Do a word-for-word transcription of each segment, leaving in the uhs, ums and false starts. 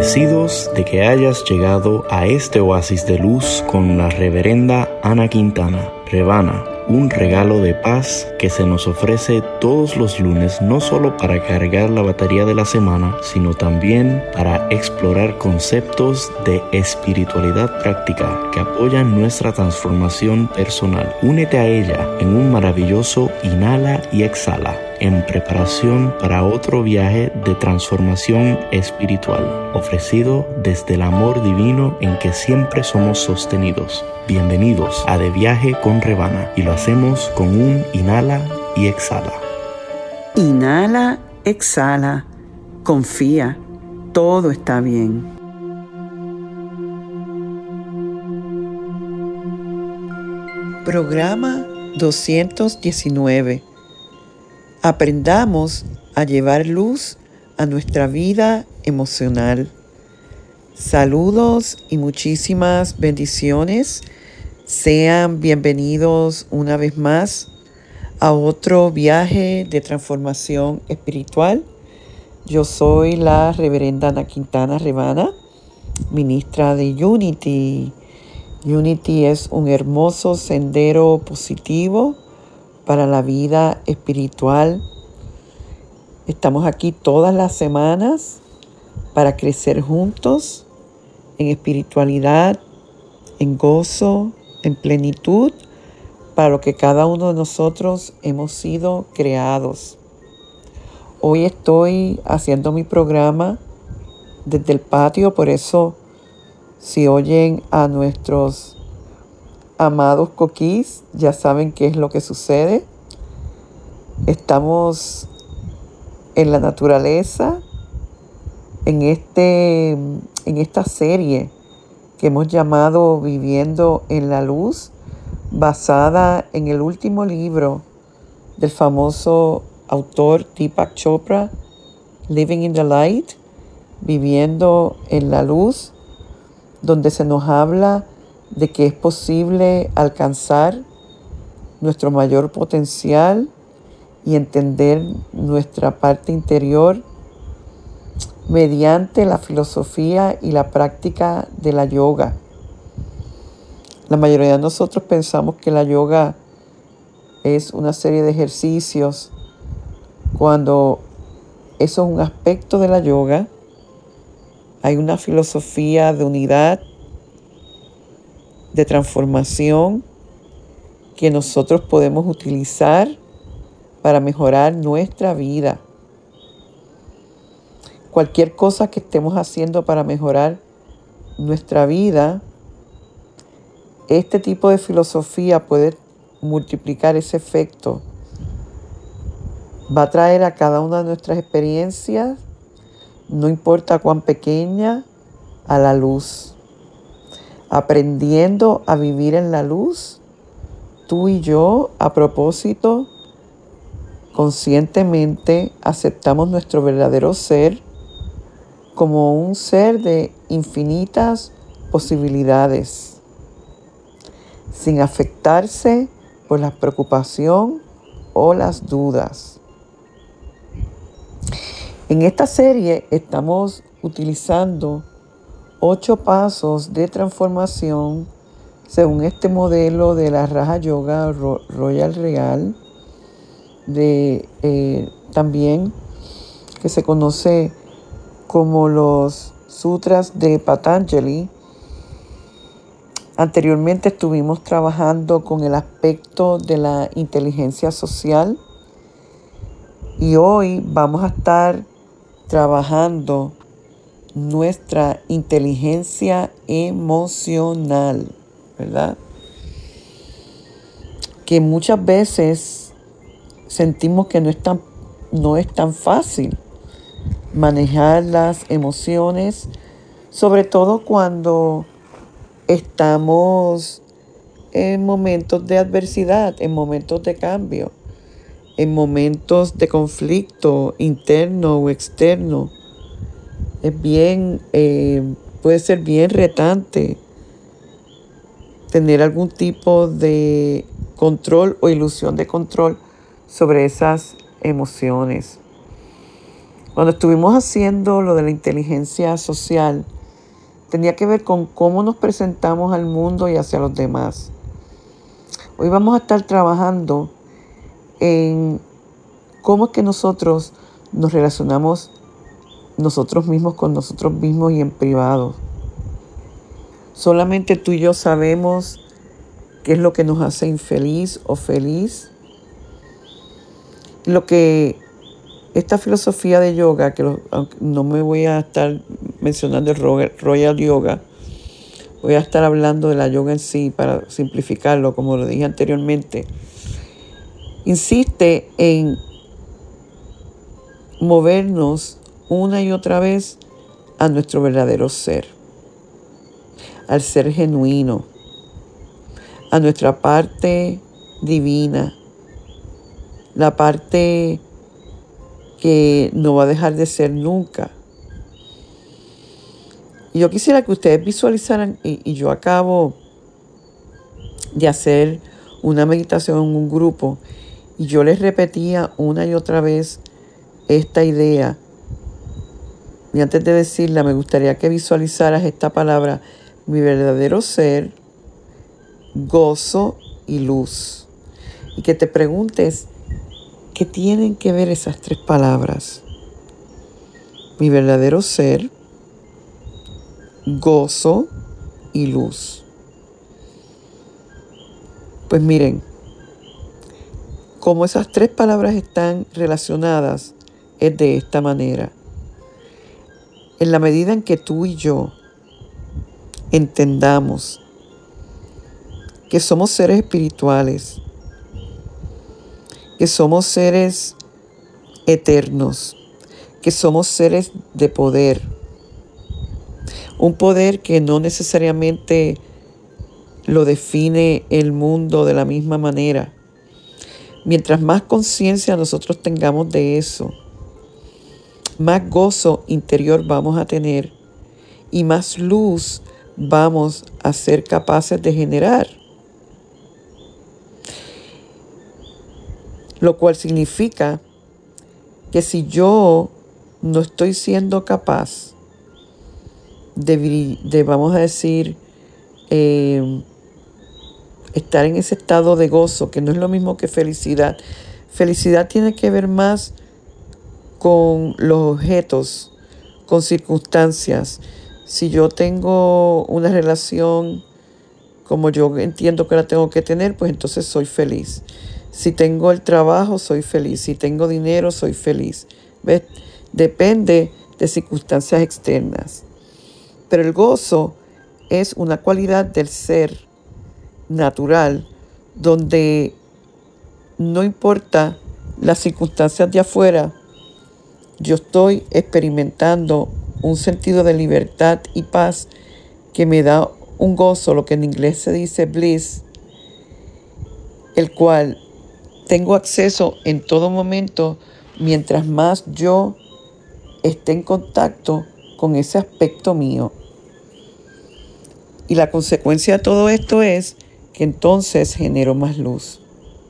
Agradecidos de que hayas llegado a este oasis de luz con la reverenda Ana Quintana, Revana, un regalo de paz que se nos ofrece todos los lunes, no solo para cargar la batería de la semana, sino también para explorar conceptos de espiritualidad práctica que apoyan nuestra transformación personal. Únete a ella en un maravilloso inhala y exhala, en preparación para otro viaje de transformación espiritual, ofrecido desde el amor divino en que siempre somos sostenidos. Bienvenidos a De Viaje con Revana, y lo hacemos con un inhala y exhala. Inhala, exhala, confía, todo está bien. Programa doscientos diecinueve. Aprendamos a llevar luz a nuestra vida emocional. Saludos y muchísimas bendiciones. Sean bienvenidos una vez más a otro viaje de transformación espiritual. Yo soy la reverenda Ana Quintana Revana, ministra de Unity. Unity es un hermoso sendero positivo para la vida espiritual. Estamos aquí todas las semanas para crecer juntos en espiritualidad, en gozo, en plenitud, para lo que cada uno de nosotros hemos sido creados. Hoy estoy haciendo mi programa desde el patio, por eso si oyen a nuestros amados coquís, ya saben qué es lo que sucede. Estamos en la naturaleza, en, este, en esta serie que hemos llamado Viviendo en la Luz, basada en el último libro del famoso autor Deepak Chopra, Living in the Light, Viviendo en la Luz, donde se nos habla de que es posible alcanzar nuestro mayor potencial y entender nuestra parte interior mediante la filosofía y la práctica de la yoga. La mayoría de nosotros pensamos que la yoga es una serie de ejercicios, cuando eso es un aspecto de la yoga. Hay una filosofía de unidad, de transformación, que nosotros podemos utilizar para mejorar nuestra vida. Cualquier cosa que estemos haciendo para mejorar nuestra vida, este tipo de filosofía puede multiplicar ese efecto. Va a traer a cada una de nuestras experiencias, no importa cuán pequeña, a la luz. Aprendiendo a vivir en la luz, tú y yo, a propósito, conscientemente aceptamos nuestro verdadero ser como un ser de infinitas posibilidades, sin afectarse por la preocupación o las dudas. En esta serie estamos utilizando ocho pasos de transformación según este modelo de la Raja Yoga Royal Real, de, eh, también que se conoce como los Sutras de Patanjali. Anteriormente estuvimos trabajando con el aspecto de la inteligencia social y hoy vamos a estar trabajando nuestra inteligencia emocional, ¿verdad? Que muchas veces sentimos que no es tan, no es tan fácil manejar las emociones, sobre todo cuando estamos en momentos de adversidad, en momentos de cambio, en momentos de conflicto interno o externo. Es bien, eh, puede ser bien retante tener algún tipo de control o ilusión de control sobre esas emociones. Cuando estuvimos haciendo lo de la inteligencia social, tenía que ver con cómo nos presentamos al mundo y hacia los demás. Hoy vamos a estar trabajando en cómo es que nosotros nos relacionamos nosotros mismos con nosotros mismos y en privado. Solamente tú y yo sabemos qué es lo que nos hace infeliz o feliz. Lo que esta filosofía de yoga, que lo, no me voy a estar mencionando el Royal Yoga, voy a estar hablando de la yoga en sí para simplificarlo, como lo dije anteriormente, insiste en movernos una y otra vez a nuestro verdadero ser, al ser genuino, a nuestra parte divina, la parte que no va a dejar de ser nunca. Y yo quisiera que ustedes visualizaran, y, y yo acabo de hacer una meditación en un grupo, y yo les repetía una y otra vez esta idea. Y antes de decirla, me gustaría que visualizaras esta palabra: mi verdadero ser, gozo y luz. Y que te preguntes, ¿qué tienen que ver esas tres palabras? Mi verdadero ser, gozo y luz. Pues miren, como esas tres palabras están relacionadas, es de esta manera. En la medida en que tú y yo entendamos que somos seres espirituales, que somos seres eternos, que somos seres de poder, un poder que no necesariamente lo define el mundo de la misma manera. Mientras más conciencia nosotros tengamos de eso, más gozo interior vamos a tener y más luz vamos a ser capaces de generar. Lo cual significa que si yo no estoy siendo capaz de, de vamos a decir, eh, estar en ese estado de gozo, que no es lo mismo que felicidad. Felicidad tiene que ver más con los objetos, con circunstancias. Si yo tengo una relación como yo entiendo que la tengo que tener, pues entonces soy feliz. Si tengo el trabajo, soy feliz. Si tengo dinero, soy feliz. ¿Ves? Depende de circunstancias externas. Pero el gozo es una cualidad del ser natural, donde no importa las circunstancias de afuera, yo estoy experimentando un sentido de libertad y paz que me da un gozo, lo que en inglés se dice bliss, el cual tengo acceso en todo momento mientras más yo esté en contacto con ese aspecto mío. Y la consecuencia de todo esto es que entonces genero más luz.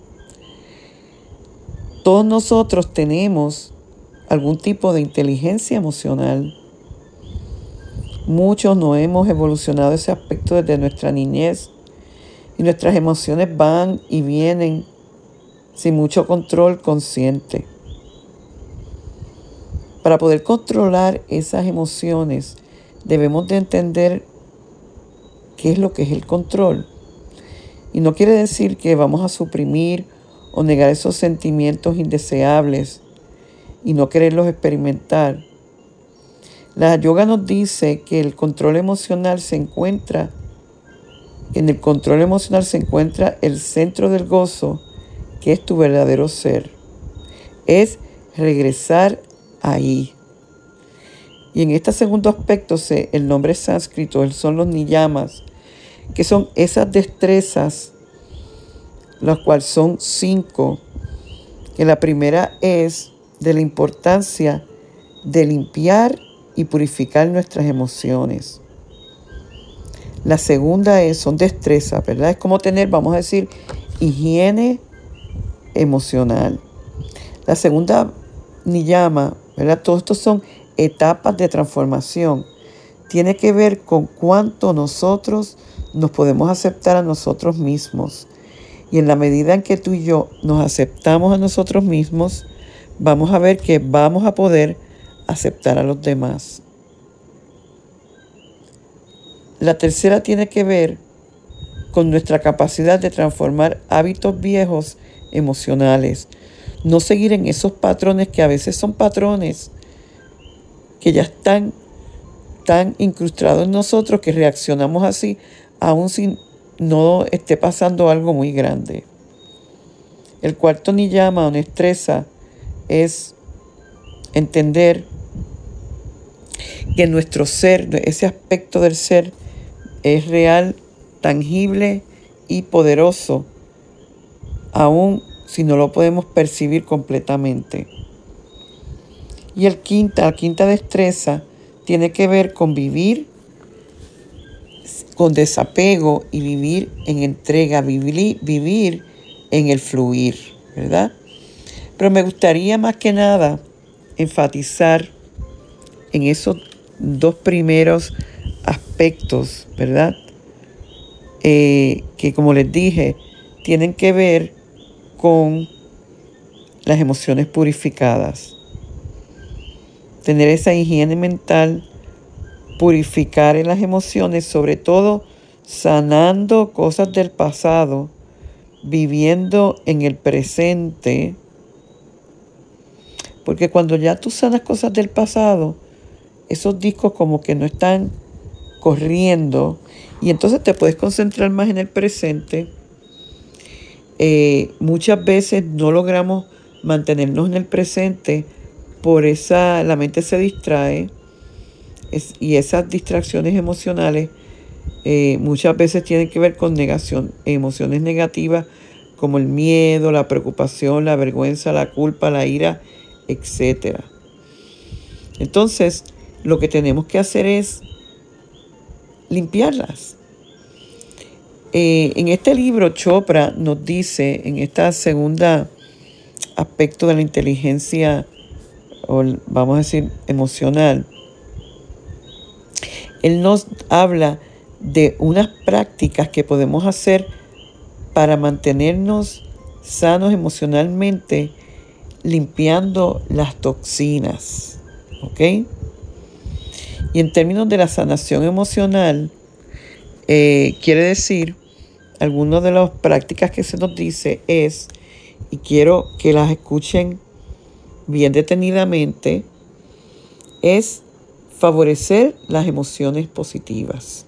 Todos nosotros tenemos algún tipo de inteligencia emocional. Muchos no hemos evolucionado ese aspecto desde nuestra niñez y nuestras emociones van y vienen sin mucho control consciente. Para poder controlar esas emociones, debemos de entender qué es lo que es el control. Y no quiere decir que vamos a suprimir o negar esos sentimientos indeseables y no quererlos experimentar. La yoga nos dice que el control emocional se encuentra, en el control emocional se encuentra el centro del gozo, que es tu verdadero ser. Es regresar ahí. Y en este segundo aspecto, el nombre sánscrito son los niyamas, que son esas destrezas, las cuales son cinco. Que la primera es de la importancia de limpiar y purificar nuestras emociones. La segunda es, son destrezas, ¿verdad? Es como tener, vamos a decir, higiene emocional. La segunda niyama ¿verdad? Todos estos son etapas de transformación. Tiene que ver con cuánto nosotros nos podemos aceptar a nosotros mismos. Y en la medida en que tú y yo nos aceptamos a nosotros mismos, vamos a ver que vamos a poder aceptar a los demás. La tercera tiene que ver con nuestra capacidad de transformar hábitos viejos emocionales. No seguir en esos patrones que a veces son patrones que ya están tan incrustados en nosotros que reaccionamos así, aun si no esté pasando algo muy grande. El cuarto niyama o destreza es entender que nuestro ser, ese aspecto del ser, es real, tangible y poderoso, aun si no lo podemos percibir completamente. Y el quinta, la quinta destreza tiene que ver con vivir con desapego y vivir en entrega, vivir, vivir en el fluir, ¿verdad? Pero me gustaría más que nada enfatizar en esos dos primeros aspectos, ¿verdad? Eh, que como les dije, tienen que ver con las emociones purificadas. Tener esa higiene mental, purificar en las emociones, sobre todo sanando cosas del pasado, viviendo en el presente. Porque cuando ya tú sanas cosas del pasado, esos discos como que no están corriendo y entonces te puedes concentrar más en el presente. Eh, muchas veces no logramos mantenernos en el presente por esa, la mente se distrae es, y esas distracciones emocionales eh, muchas veces tienen que ver con negación, emociones negativas como el miedo, la preocupación, la vergüenza, la culpa, la ira, etcétera. Entonces, lo que tenemos que hacer es limpiarlas. Eh, en este libro, Chopra nos dice, en esta segunda aspecto de la inteligencia, o vamos a decir emocional, él nos habla de unas prácticas que podemos hacer para mantenernos sanos emocionalmente, limpiando las toxinas, ¿ok? Y en términos de la sanación emocional, eh, quiere decir, algunas de las prácticas que se nos dice es, y quiero que las escuchen bien detenidamente, es favorecer las emociones positivas.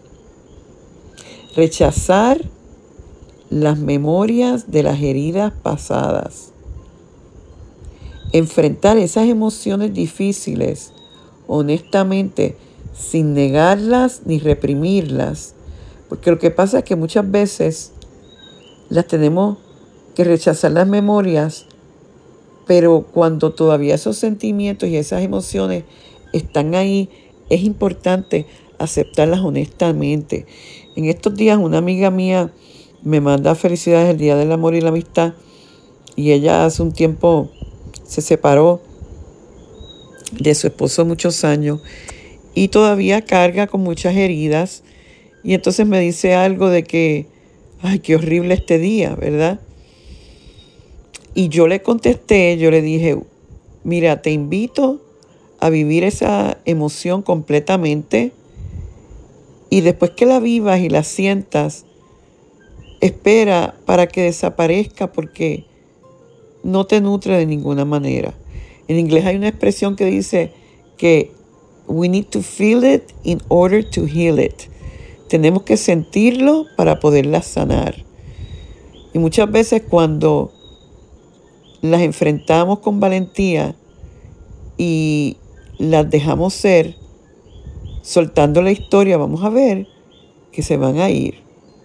Rechazar las memorias de las heridas pasadas. Enfrentar esas emociones difíciles, honestamente, sin negarlas ni reprimirlas. Porque lo que pasa es que muchas veces las tenemos que rechazar las memorias, pero cuando todavía esos sentimientos y esas emociones están ahí, es importante aceptarlas honestamente. En estos días una amiga mía me manda felicidades el Día del Amor y la Amistad y ella hace un tiempo se separó de su esposo muchos años y todavía carga con muchas heridas y entonces me dice algo de que, ay, qué horrible este día, ¿verdad? Y yo le contesté, yo le dije, mira, te invito a vivir esa emoción completamente y después que la vivas y la sientas, espera para que desaparezca porque no te nutre de ninguna manera. En inglés hay una expresión que dice que we need to feel it in order to heal it. Tenemos que sentirlo para poderla sanar. Y muchas veces cuando las enfrentamos con valentía y las dejamos ser, soltando la historia, vamos a ver que se van a ir.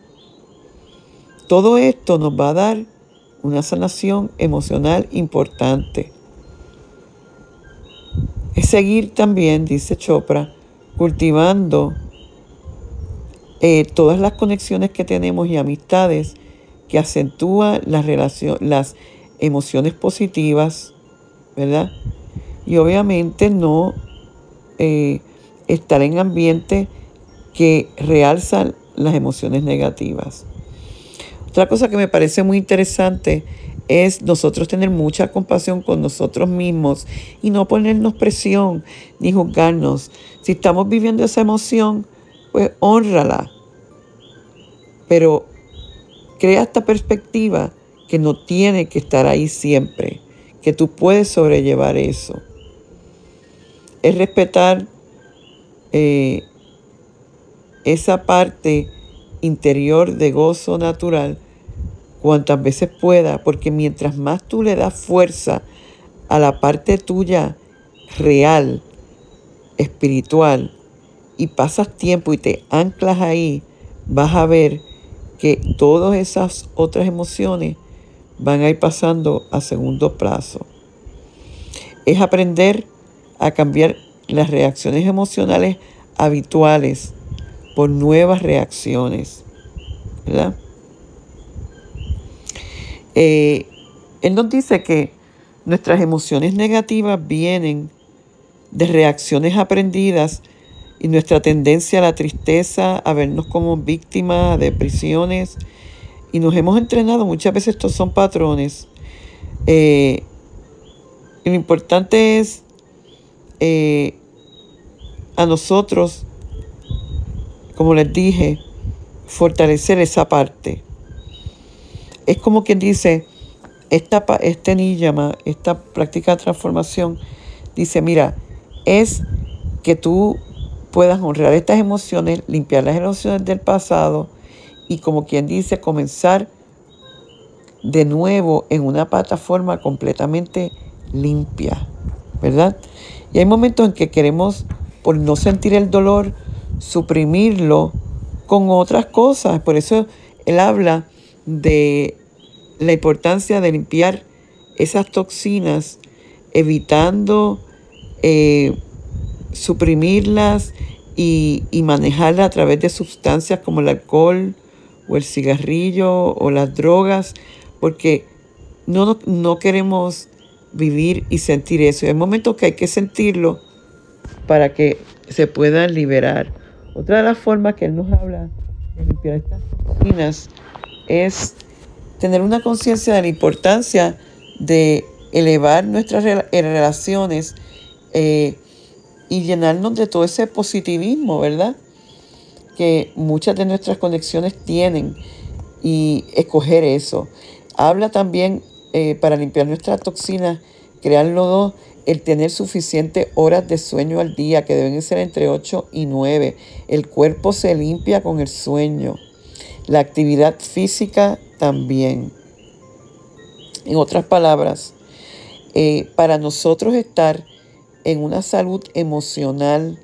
Todo esto nos va a dar una sanación emocional importante. Es seguir también, dice Chopra, cultivando eh, todas las conexiones que tenemos y amistades que acentúan las relaciones, las emociones positivas, ¿verdad? y obviamente no eh, estar en ambientes que realzan las emociones negativas. Otra cosa que me parece muy interesante es nosotros tener mucha compasión con nosotros mismos y no ponernos presión ni juzgarnos. Si estamos viviendo esa emoción, pues hónrala. Pero crea esta perspectiva que no tiene que estar ahí siempre, que tú puedes sobrellevar eso. Es respetar eh, esa parte interior de gozo natural cuantas veces pueda, porque mientras más tú le das fuerza a la parte tuya real, espiritual, y pasas tiempo y te anclas ahí, vas a ver que todas esas otras emociones van a ir pasando a segundo plazo. Es aprender a cambiar las reacciones emocionales habituales por nuevas reacciones, ¿verdad? Eh, él nos dice que nuestras emociones negativas vienen de reacciones aprendidas y nuestra tendencia a la tristeza, a vernos como víctimas de depresiones, y nos hemos entrenado, muchas veces estos son patrones. Eh, y lo importante es eh, a nosotros, como les dije, fortalecer esa parte. Es como quien dice, esta, este niyama, esta práctica de transformación, dice, mira, es que tú puedas honrar estas emociones, limpiar las emociones del pasado y, como quien dice, comenzar de nuevo en una plataforma completamente limpia, ¿verdad? Y hay momentos en que queremos, por no sentir el dolor, suprimirlo con otras cosas. Por eso él habla de la importancia de limpiar esas toxinas, evitando eh, suprimirlas y, y manejarlas a través de sustancias como el alcohol o el cigarrillo o las drogas, porque no, no queremos vivir y sentir eso. Hay momentos que hay que sentirlo para que se puedan liberar. Otra de las formas que él nos habla de limpiar estas toxinas es tener una conciencia de la importancia de elevar nuestras relaciones eh, y llenarnos de todo ese positivismo, ¿verdad?, que muchas de nuestras conexiones tienen, y escoger eso. Habla también eh, para limpiar nuestras toxinas, crearlo dos, el tener suficientes horas de sueño al día, que deben ser entre ocho y nueve. El cuerpo se limpia con el sueño. La actividad física también. En otras palabras, eh, para nosotros estar en una salud emocional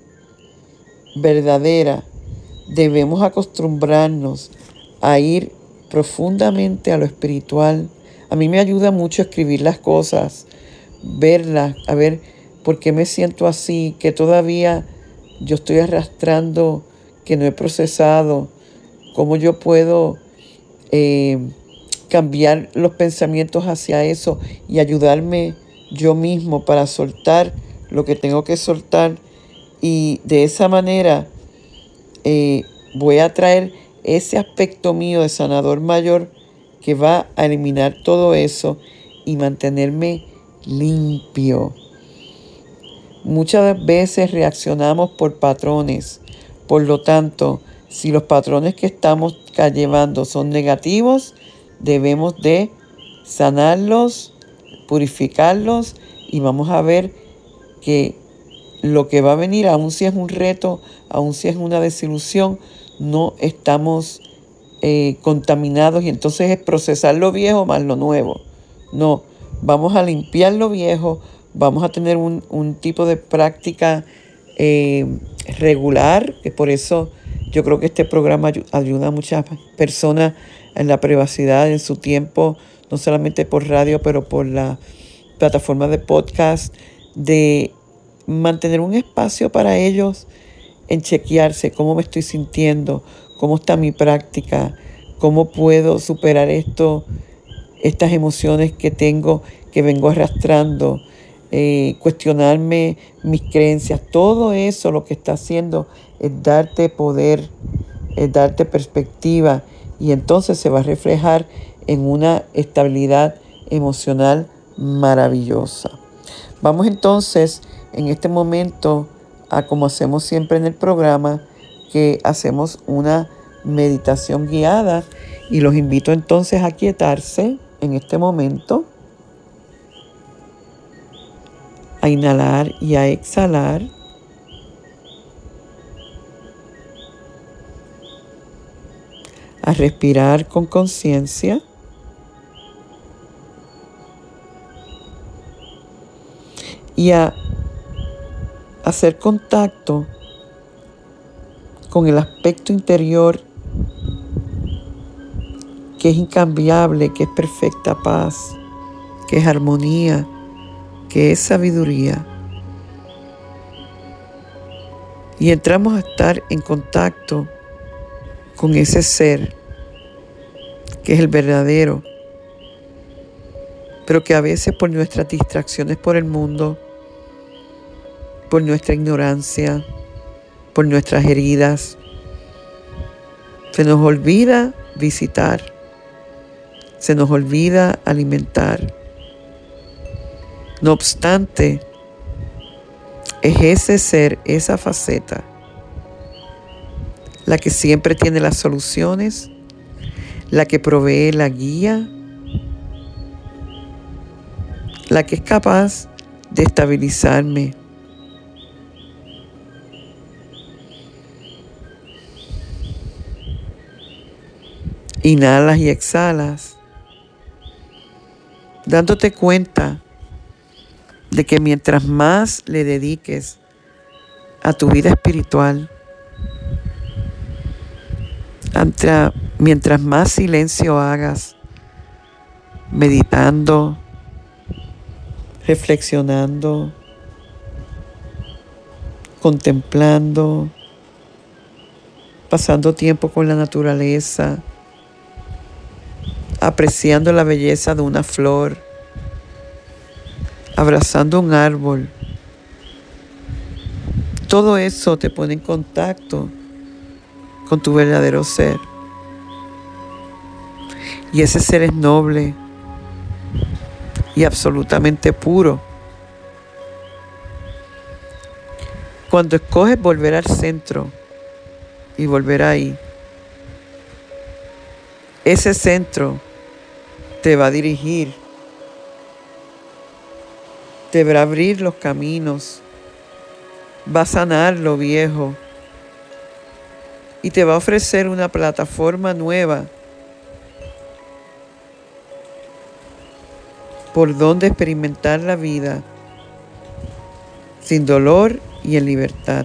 verdadera, debemos acostumbrarnos a ir profundamente a lo espiritual. A mí me ayuda mucho escribir las cosas, verlas, a ver por qué me siento así, que todavía yo estoy arrastrando, que no he procesado, cómo yo puedo eh, cambiar los pensamientos hacia eso y ayudarme yo mismo para soltar lo que tengo que soltar, y de esa manera eh, voy a traer ese aspecto mío de sanador mayor que va a eliminar todo eso y mantenerme limpio. Muchas veces reaccionamos por patrones. Por lo tanto, si los patrones que estamos llevando son negativos, debemos de sanarlos, purificarlos, y vamos a ver que lo que va a venir, aun si es un reto, aun si es una desilusión, no estamos eh, contaminados, y entonces es procesar lo viejo más lo nuevo. No, vamos a limpiar lo viejo, vamos a tener un, un tipo de práctica eh, regular, que por eso yo creo que este programa ayuda a muchas personas en la privacidad, en su tiempo, no solamente por radio, pero por la plataforma de podcast, de mantener un espacio para ellos en chequearse cómo me estoy sintiendo, cómo está mi práctica, cómo puedo superar esto, estas emociones que tengo, que vengo arrastrando, eh, cuestionarme mis creencias. Todo eso lo que está haciendo es darte poder, es darte perspectiva, y entonces se va a reflejar en una estabilidad emocional maravillosa. Vamos entonces en este momento a, como hacemos siempre en el programa, que hacemos una meditación guiada, y los invito entonces a quietarse en este momento, a inhalar y a exhalar. A respirar con conciencia. Y a hacer contacto con el aspecto interior que es incambiable, que es perfecta paz, que es armonía, que es sabiduría. Y entramos a estar en contacto con ese ser que es el verdadero, pero que a veces por nuestras distracciones por el mundo, por nuestra ignorancia, por nuestras heridas, se nos olvida visitar, se nos olvida alimentar. No obstante, es ese ser, esa faceta, la que siempre tiene las soluciones, la que provee la guía, la que es capaz de estabilizarme. Inhalas y exhalas, dándote cuenta de que mientras más le dediques a tu vida espiritual, mientras más silencio hagas, meditando, reflexionando, contemplando, pasando tiempo con la naturaleza, apreciando la belleza de una flor, abrazando un árbol. Todo eso te pone en contacto con tu verdadero ser. Y ese ser es noble y absolutamente puro. Cuando escoges volver al centro y volver ahí, ese centro te va a dirigir, te va a abrir los caminos, va a sanar lo viejo y te va a ofrecer una plataforma nueva por donde experimentar la vida sin dolor y en libertad.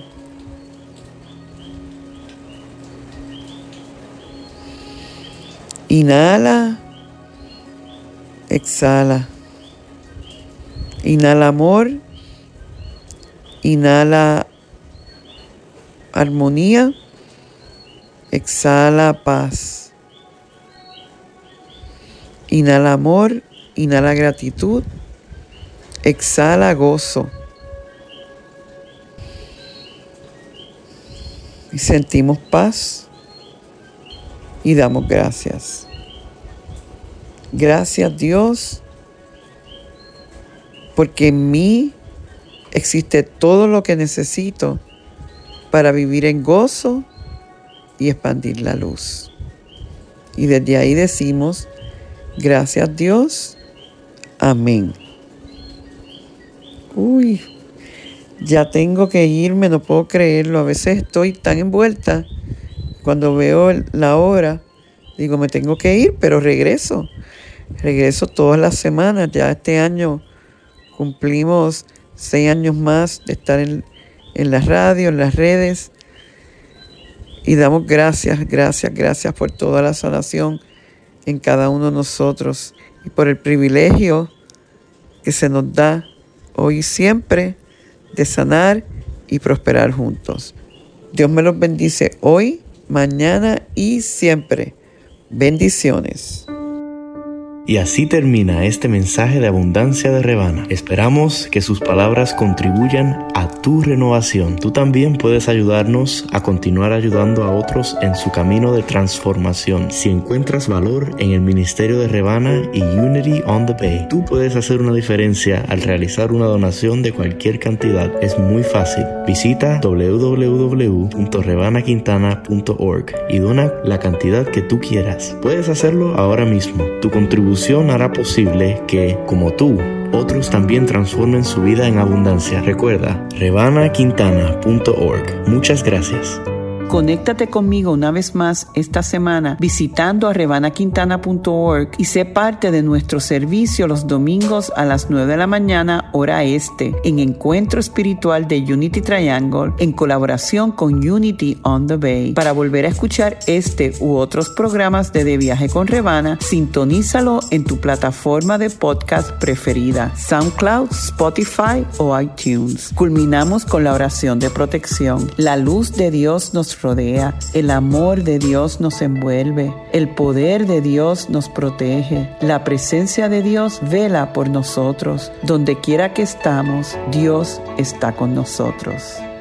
Inhala, exhala. Inhala amor, inhala armonía, exhala paz. Inhala amor, inhala gratitud, exhala gozo. Y sentimos paz y damos gracias. Gracias, Dios, porque en mí existe todo lo que necesito para vivir en gozo y expandir la luz. Y desde ahí decimos, gracias, Dios. Amén. Uy, ya tengo que irme, no puedo creerlo. A veces estoy tan envuelta, cuando veo la hora, digo, me tengo que ir, pero regreso. Regreso todas las semanas. Ya este año cumplimos seis años más de estar en, en la radio, en las redes. Y damos gracias, gracias, gracias por toda la sanación en cada uno de nosotros. Y por el privilegio que se nos da hoy y siempre de sanar y prosperar juntos. Dios me los bendice hoy, mañana y siempre. Bendiciones. Y así termina este mensaje de abundancia de Rebana. Esperamos que sus palabras contribuyan a tu renovación. Tú también puedes ayudarnos a continuar ayudando a otros en su camino de transformación. Si encuentras valor en el ministerio de Rebana y Unity on the Bay, tú puedes hacer una diferencia al realizar una donación de cualquier cantidad. Es muy fácil. Visita doble u doble u doble u punto rebana quintana punto org y dona la cantidad que tú quieras. Puedes hacerlo ahora mismo. Tu contribución hará posible que, como tú, otros también transformen su vida en abundancia. Recuerda, rebana quintana punto org. Muchas gracias. Conéctate conmigo una vez más esta semana visitando a rebana quintana punto org y sé parte de nuestro servicio los domingos a las nueve de la mañana hora este en Encuentro Espiritual de Unity Triangle en colaboración con Unity on the Bay. Para volver a escuchar este u otros programas de De Viaje con Rebana, sintonízalo en tu plataforma de podcast preferida, SoundCloud, Spotify o iTunes. Culminamos con la oración de protección. La luz de Dios nos rodea, el amor de Dios nos envuelve, el poder de Dios nos protege, la presencia de Dios vela por nosotros. Donde quiera que estamos, Dios está con nosotros.